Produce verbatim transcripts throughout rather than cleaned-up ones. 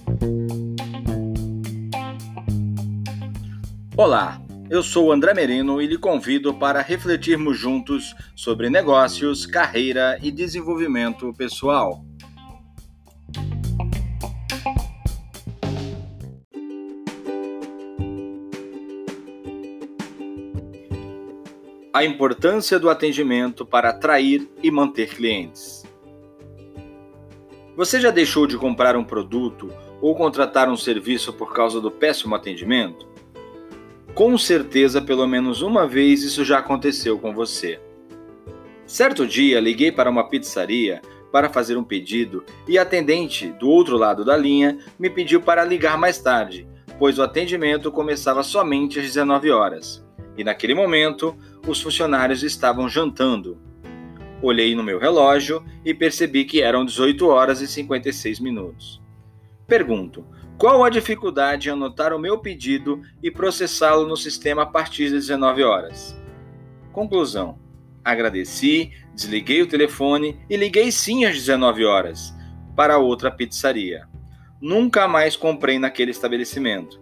Olá, eu sou André Merino e lhe convido para refletirmos juntos sobre negócios, carreira e desenvolvimento pessoal. A importância do atendimento para atrair e manter clientes. Você já deixou de comprar um produto ou contratar um serviço por causa do péssimo atendimento? Com certeza, pelo menos uma vez isso já aconteceu com você. Certo dia, liguei para uma pizzaria para fazer um pedido e a atendente do outro lado da linha me pediu para ligar mais tarde, pois o atendimento começava somente às dezenove horas. E naquele momento, os funcionários estavam jantando. Olhei no meu relógio e percebi que eram dezoito horas e cinquenta e seis minutos. Pergunto, qual a dificuldade em anotar o meu pedido e processá-lo no sistema a partir das dezenove horas? Conclusão, agradeci, desliguei o telefone e liguei sim às dezenove horas para outra pizzaria. Nunca mais comprei naquele estabelecimento.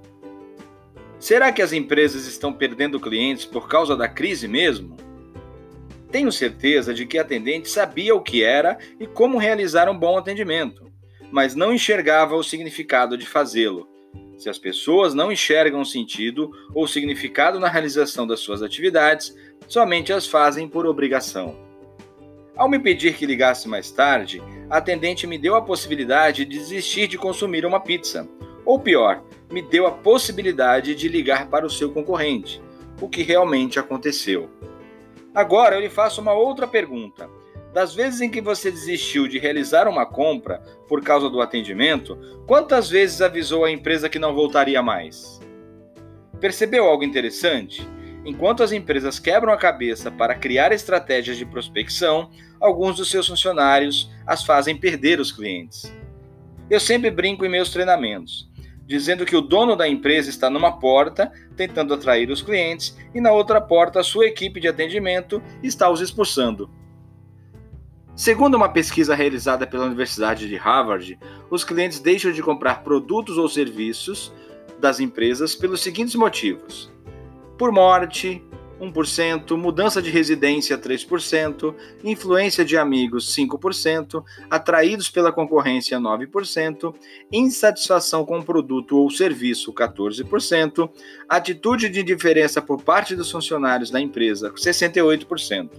Será que as empresas estão perdendo clientes por causa da crise mesmo? Tenho certeza de que a atendente sabia o que era e como realizar um bom atendimento, mas não enxergava o significado de fazê-lo. Se as pessoas não enxergam o sentido ou significado na realização das suas atividades, somente as fazem por obrigação. Ao me pedir que ligasse mais tarde, a atendente me deu a possibilidade de desistir de consumir uma pizza. Ou pior, me deu a possibilidade de ligar para o seu concorrente, o que realmente aconteceu. Agora eu lhe faço uma outra pergunta. Das vezes em que você desistiu de realizar uma compra por causa do atendimento, quantas vezes avisou a empresa que não voltaria mais? Percebeu algo interessante? Enquanto as empresas quebram a cabeça para criar estratégias de prospecção, alguns dos seus funcionários as fazem perder os clientes. Eu sempre brinco em meus treinamentos, dizendo que o dono da empresa está numa porta, tentando atrair os clientes, e na outra porta a sua equipe de atendimento está os expulsando. Segundo uma pesquisa realizada pela Universidade de Harvard, os clientes deixam de comprar produtos ou serviços das empresas pelos seguintes motivos: por morte, um por cento, mudança de residência, três por cento, influência de amigos, cinco por cento, atraídos pela concorrência, nove por cento, insatisfação com o produto ou serviço, quatorze por cento, atitude de indiferença por parte dos funcionários da empresa, sessenta e oito por cento.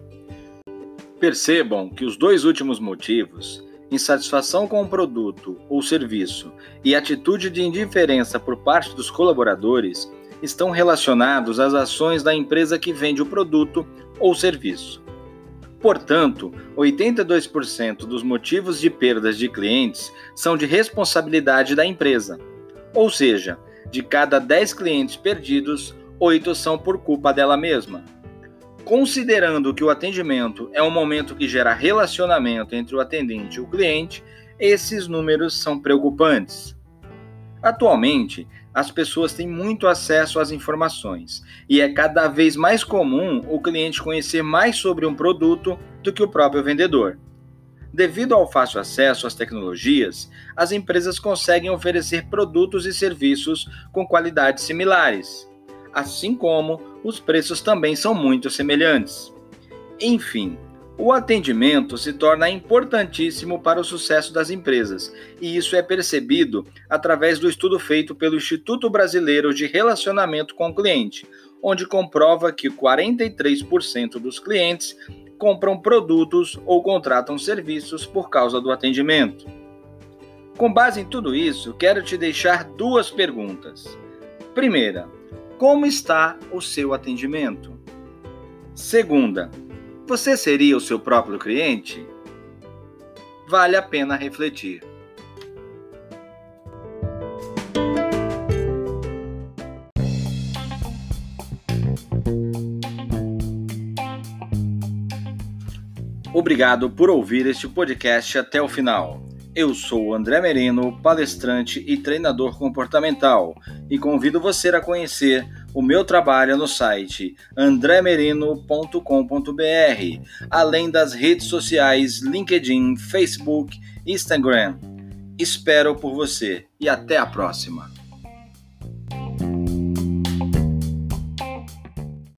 Percebam que os dois últimos motivos, insatisfação com o produto ou serviço e atitude de indiferença por parte dos colaboradores, estão relacionados às ações da empresa que vende o produto ou serviço. Portanto, oitenta e dois por cento dos motivos de perdas de clientes são de responsabilidade da empresa. Ou seja, de cada dez clientes perdidos, oito são por culpa dela mesma. Considerando que o atendimento é um momento que gera relacionamento entre o atendente e o cliente, esses números são preocupantes. Atualmente, as pessoas têm muito acesso às informações e é cada vez mais comum o cliente conhecer mais sobre um produto do que o próprio vendedor. Devido ao fácil acesso às tecnologias, as empresas conseguem oferecer produtos e serviços com qualidades similares, assim como os preços também são muito semelhantes. Enfim, o atendimento se torna importantíssimo para o sucesso das empresas, e isso é percebido através do estudo feito pelo Instituto Brasileiro de Relacionamento com o Cliente, onde comprova que quarenta e três por cento dos clientes compram produtos ou contratam serviços por causa do atendimento. Com base em tudo isso, quero te deixar duas perguntas. Primeira, como está o seu atendimento? Segunda, você seria o seu próprio cliente? Vale a pena refletir. Obrigado por ouvir este podcast até o final. Eu sou André Merino, palestrante e treinador comportamental, e convido você a conhecer o meu trabalho no site andré merino ponto com ponto b r, além das redes sociais LinkedIn, Facebook e Instagram. Espero por você e até a próxima!